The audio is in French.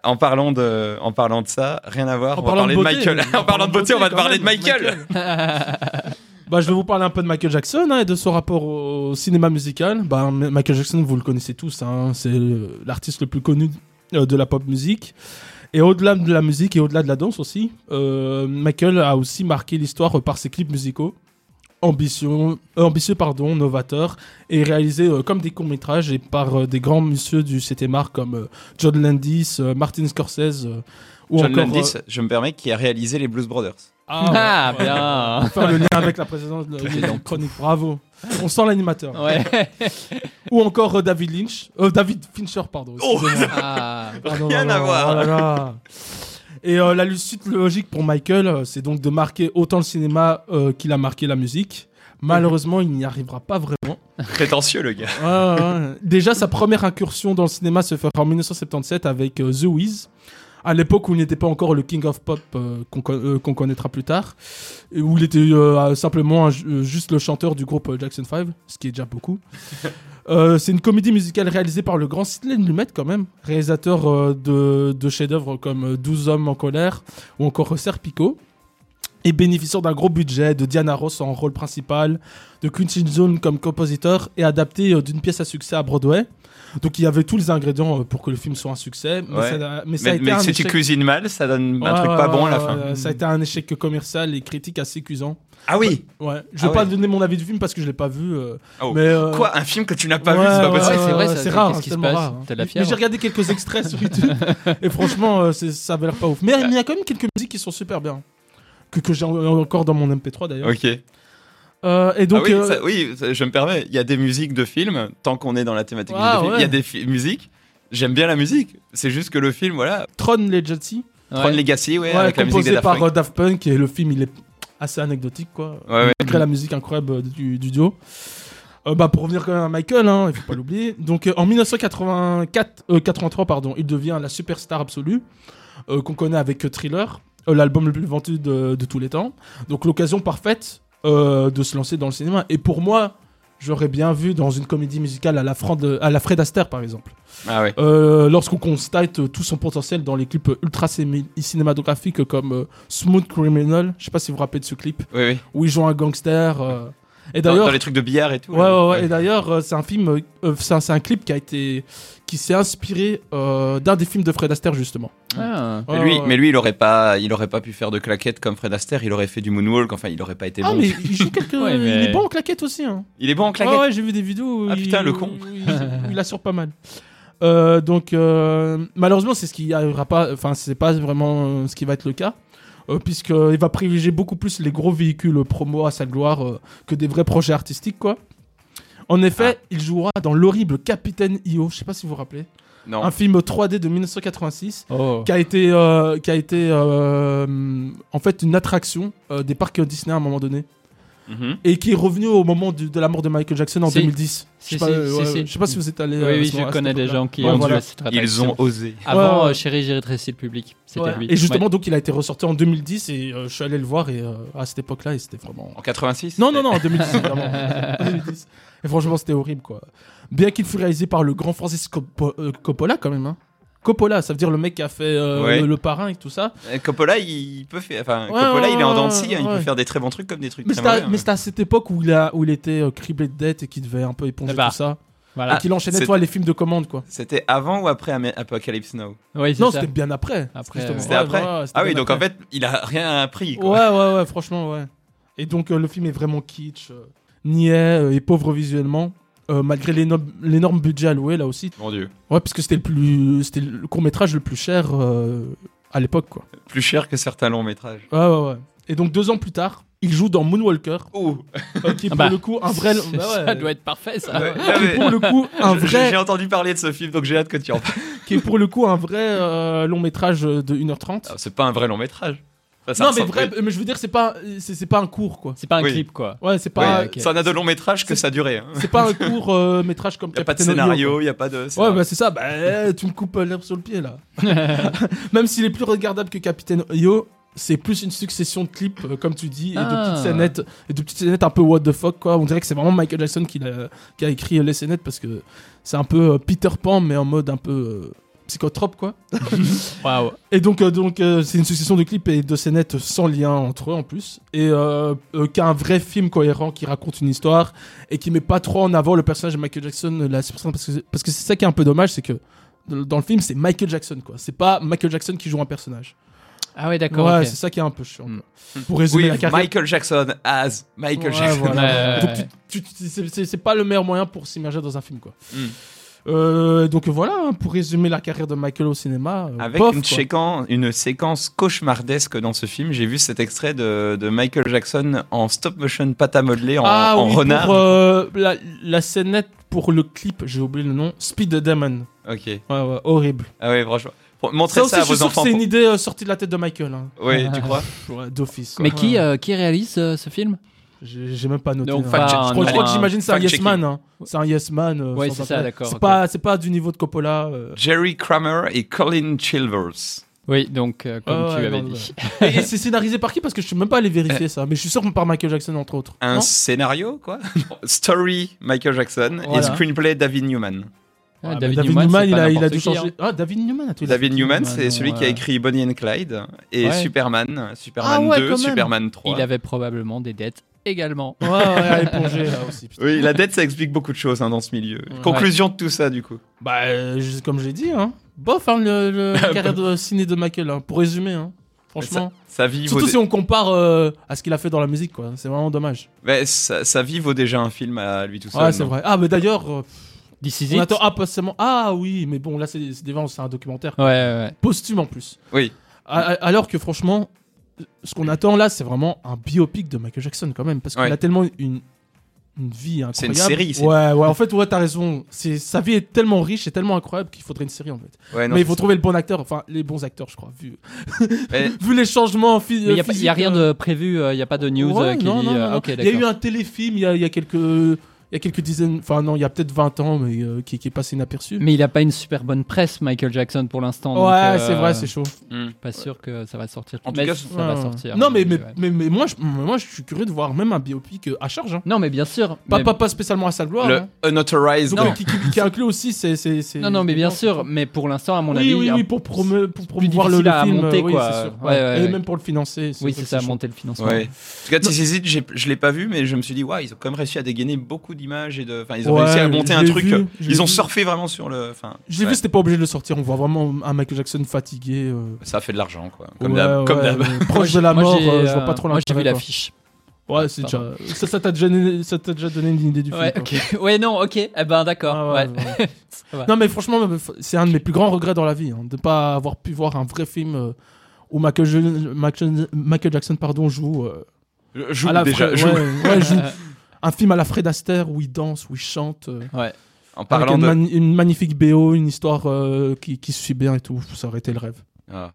En parlant de ça, rien à voir. En On va parlant parler de de beauté, Michael. En parlant de beauté, on va te quand parler de même, Michael. Bah, je vais vous parler un peu de Michael Jackson et de son rapport au cinéma musical. Bah, Michael Jackson, vous le connaissez tous, c'est l'artiste le plus connu de la pop musique. Et au-delà de la musique et au-delà de la danse aussi, Michael a aussi marqué l'histoire par ses clips musicaux. Ambitieux, novateurs et réalisés comme des courts-métrages et par des grands monsieur du 7e art comme John Landis, Martin Scorsese ou John encore... Landis, je me permets, qui a réalisé les Blues Brothers. Bien. On fait le lien avec la précédente chronique, bravo. On sent l'animateur. Ouais. Ou encore David Fincher, pardon. excusez-moi. Pardon, Rien à voir. oh là là. Et la suite logique pour Michael, c'est donc de marquer autant le cinéma qu'il a marqué la musique. Malheureusement, il n'y arrivera pas vraiment. Prétentieux, le gars. Déjà, sa première incursion dans le cinéma se fera en 1977 avec The Wiz, à l'époque où il n'était pas encore le King of Pop qu'on connaîtra plus tard, et où il était simplement juste le chanteur du groupe Jackson 5, ce qui est déjà beaucoup. C'est une comédie musicale réalisée par le grand Sidney Lumet quand même, réalisateur de chefs-d'œuvre comme 12 hommes en colère ou encore Serpico, et bénéficiant d'un gros budget, de Diana Ross en rôle principal, de Quincy Jones comme compositeur et adapté d'une pièce à succès à Broadway. Donc il y avait tous les ingrédients pour que le film soit un succès, mais ça a été un si échec. tu cuisines mal, ça donne un truc pas bon à la fin. Ça a été un échec commercial et critique assez cuisant. Ah oui. Ouais. Je vais pas donner mon avis du film parce que je l'ai pas vu. Quoi, un film que tu n'as pas vu, c'est pas possible. C'est vrai, c'est rare. Qu'est-ce qui se passe rare. T'as de la Mais fièvre. j'ai regardé quelques extraits sur YouTube et franchement, ça avait l'air pas ouf. Mais il y a quand même quelques musiques qui sont super bien, que j'ai encore dans mon MP3 d'ailleurs. Ok. Et donc, je me permets, il y a des musiques de films, tant qu'on est dans la thématique de film, il y a des musiques, j'aime bien la musique, c'est juste que le film, voilà. Tron Legacy. Tron Legacy, avec la musique des composé Daft par Punk. Daft Punk, et le film il est assez anecdotique quoi. Malgré la musique incroyable du duo. Pour revenir quand même à Michael, il faut pas l'oublier. Donc en 1983, il devient la superstar absolue qu'on connaît avec Thriller, l'album le plus vendu de tous les temps. Donc l'occasion parfaite de se lancer dans le cinéma. Et pour moi, j'aurais bien vu dans une comédie musicale à la Fred Astaire par exemple. Ah ouais. Lorsqu'on constate tout son potentiel dans les clips ultra cinématographiques comme Smooth Criminal, je sais pas si vous vous rappelez de ce clip, où il joue un gangster. Et d'ailleurs, dans les trucs de billard et tout. Ouais. Et d'ailleurs, c'est un film, c'est un clip qui s'est inspiré d'un des films de Fred Astaire justement. Mais lui, il aurait pas pu faire de claquettes comme Fred Astaire. Il aurait fait du moonwalk. Enfin, il aurait pas été bon. Mais il joue il est bon en claquettes aussi. Il est bon en claquettes. Ouais, j'ai vu des vidéos. Putain, le con. Il assure pas mal. Donc, malheureusement, c'est ce qui arrivera pas. Enfin, c'est pas vraiment ce qui va être le cas. Puisqu'il va privilégier beaucoup plus les gros véhicules promo à sa gloire que des vrais projets artistiques, quoi. En effet, il jouera dans l'horrible Capitaine EO, je sais pas si vous vous rappelez. Non. Un film 3D de 1986 qui a été en fait une attraction des parcs Disney à un moment donné. Et qui est revenu au moment de la mort de Michael Jackson en 2010. Je sais pas si vous êtes allé. Oui, je connais des gens qui ont dû cette attraction. Ils ont osé. Avant, Chérie, j'ai rétréci le public. C'était lui. Et justement, donc il a été ressorti en 2010 et je suis allé le voir et à cette époque-là, et c'était vraiment. En 86 ? Non, en 2010, vraiment. En 2010. Et franchement, c'était horrible, quoi. Bien qu'il fût réalisé par le grand Francis Coppola, quand même. Coppola, ça veut dire le mec qui a fait le parrain et tout ça. Coppola, il peut faire. Enfin, Coppola, il est en dents de scie. Il peut faire des très bons trucs comme des trucs très mauvais. Mais c'était à cette époque où il était criblé de dettes et qu'il devait un peu éponger tout ça. Voilà. Et qu'il enchaînait les films de commande, quoi. C'était avant ou après Apocalypse Now ? Non, c'était bien après. C'était après. Ah oui, donc en fait, il a rien appris, quoi. Ouais, franchement, ouais. Et donc, le film est vraiment kitsch, niais et pauvre visuellement. Malgré l'énorme budget alloué là aussi. Mon Dieu. Ouais, parce que c'était le court-métrage le plus cher à l'époque, quoi. Plus cher que certains longs métrages. Ouais. Et donc 2 ans plus tard, il joue dans Moonwalker. Qui est pour le coup un vrai. Ça doit être parfait, ça. Qui est pour le coup un vrai. J'ai entendu parler de ce film, donc j'ai hâte que tu en parles. Qui est pour le coup un vrai long métrage de 1h30. Alors, c'est pas un vrai long métrage. Enfin, non, mais je veux dire, c'est pas un court, quoi. C'est pas un clip, quoi. Ouais, c'est pas. Ça n'a de long métrage que ça durait. C'est pas un court métrage comme. Y a pas de scénario, y a pas de. Ouais, c'est ça. Tu me coupes l'herbe sur le pied là. Même s'il est plus regardable que Capitaine Yo, c'est plus une succession de clips, comme tu dis, et de petites scénettes un peu what the fuck, quoi. On dirait que c'est vraiment Michael Jackson qui a écrit les scénettes parce que c'est un peu Peter Pan, mais en mode un peu psychotrope, quoi. Waouh. Et donc c'est une succession de clips et de scénettes sans lien entre eux en plus, et qui a un vrai film cohérent qui raconte une histoire et qui met pas trop en avant le personnage de Michael Jackson, parce que c'est ça qui est un peu dommage, c'est que dans le film c'est Michael Jackson, quoi. C'est pas Michael Jackson qui joue un personnage. Ah ouais, d'accord. Ouais, okay. c'est ça qui est un peu chiant. Pour résumer la carrière. Michael Jackson as Michael Jackson. Voilà. Donc c'est pas le meilleur moyen pour s'immerger dans un film, quoi. Donc voilà, pour résumer la carrière de Michael au cinéma. Avec une séquence cauchemardesque dans ce film. J'ai vu cet extrait de Michael Jackson en stop motion pâte à modeler en renard. Pour la scénette pour le clip, j'ai oublié le nom, Speed the Demon. Ok. Ouais, horrible. Ah ouais, franchement. Montrez ça à vos enfants. C'est une idée sortie de la tête de Michael. Hein. Oui, tu crois? Ouais, d'office. Mais qui réalise ce film? J'ai même pas noté. Donc, je crois que j'imagine c'est un Yes Man. Hein. C'est un Yes Man. Ouais, c'est ça, d'accord. C'est pas du niveau de Coppola. Jerry Kramer et Colin Chilvers. Oui, donc comme tu avais dit. Et c'est scénarisé par qui? Parce que je suis même pas allé vérifier ça. Mais je suis sûr par Michael Jackson, entre autres. Un scénario, quoi? Story, Michael Jackson. Voilà. Et screenplay, David Newman. Ah, David Newman, il a dû changer. Hein. Ah, David Newman, David Newman, c'est celui qui a écrit Bonnie and Clyde et Superman 2, Superman 3. Il avait probablement des dettes également. Ouais, à éponger là aussi. Putain. Oui, la dette, ça explique beaucoup de choses dans ce milieu. Conclusion de tout ça, du coup. Bah, comme j'ai dit, hein. Bof, hein, la carrière de ciné de Michael, hein, pour résumer, hein. Franchement. Sa vie surtout si on compare à ce qu'il a fait dans la musique, quoi. C'est vraiment dommage. Mais sa vie vaut déjà un film à lui tout seul. Ouais, c'est vrai. Ah, mais d'ailleurs. On attend passément. Ah oui, mais bon, là c'est un documentaire. Ouais. Posthume en plus. Oui. Alors que franchement, ce qu'on attend là, c'est vraiment un biopic de Michael Jackson quand même, parce qu'il a tellement une vie incroyable. C'est une série. Ouais. En fait, t'as raison. Sa vie est tellement riche et tellement incroyable qu'il faudrait une série en fait. Ouais, non, mais il faut trouver le bon acteur, enfin les bons acteurs, je crois, vu les changements physiques. Il y a rien de prévu, il y a pas de news qui dit. Non. Okay, il y a eu un téléfilm il y a quelques dizaines, enfin non, il y a peut-être 20 ans, mais qui est passé inaperçu. Mais il a pas une super bonne presse, Michael Jackson, pour l'instant. Ouais, c'est vrai, c'est chaud. Pas sûr que ça va sortir. En tout cas, ça va sortir. Non, mais moi, je suis curieux de voir même un biopic à charge. Hein. Non, mais bien sûr. Pas spécialement à sa gloire. Le hein. Unauthorized. Donc, qui inclut aussi c'est Non, mais bien sûr. Mais pour l'instant, à mon avis. Oui, pour promouvoir le film. Monter, oui, quoi. c'est sûr. Et même pour le financer. Oui, c'est ça, monter le financement. En tout cas, TCZ, je l'ai pas vu, mais je me suis dit, waouh, ils ont quand même réussi à dégainer beaucoup d'images et de. Ils ont réussi à monter un truc. Ils ont surfé vraiment sur le. J'ai vu, c'était pas obligé de le sortir. On voit vraiment un Michael Jackson fatigué. Ça fait de l'argent, quoi. Comme d'hab. Proche de la mort, je vois pas trop l'intérêt. Moi, j'ai vu l'affiche. Ouais, c'est déjà. Ça t'a déjà donné une idée du film. Ouais, ok. Ouais, non, ok. Eh ben, d'accord. Non, mais franchement, c'est un de mes plus grands regrets dans la vie, de pas avoir pu voir un vrai film où Michael Jackson, joue. Joue déjà. Joue. Un film à la Fred Astaire où il danse, où il chante. En parlant avec une magnifique BO, une histoire qui se suit bien et tout. Ça aurait été le rêve. Ah.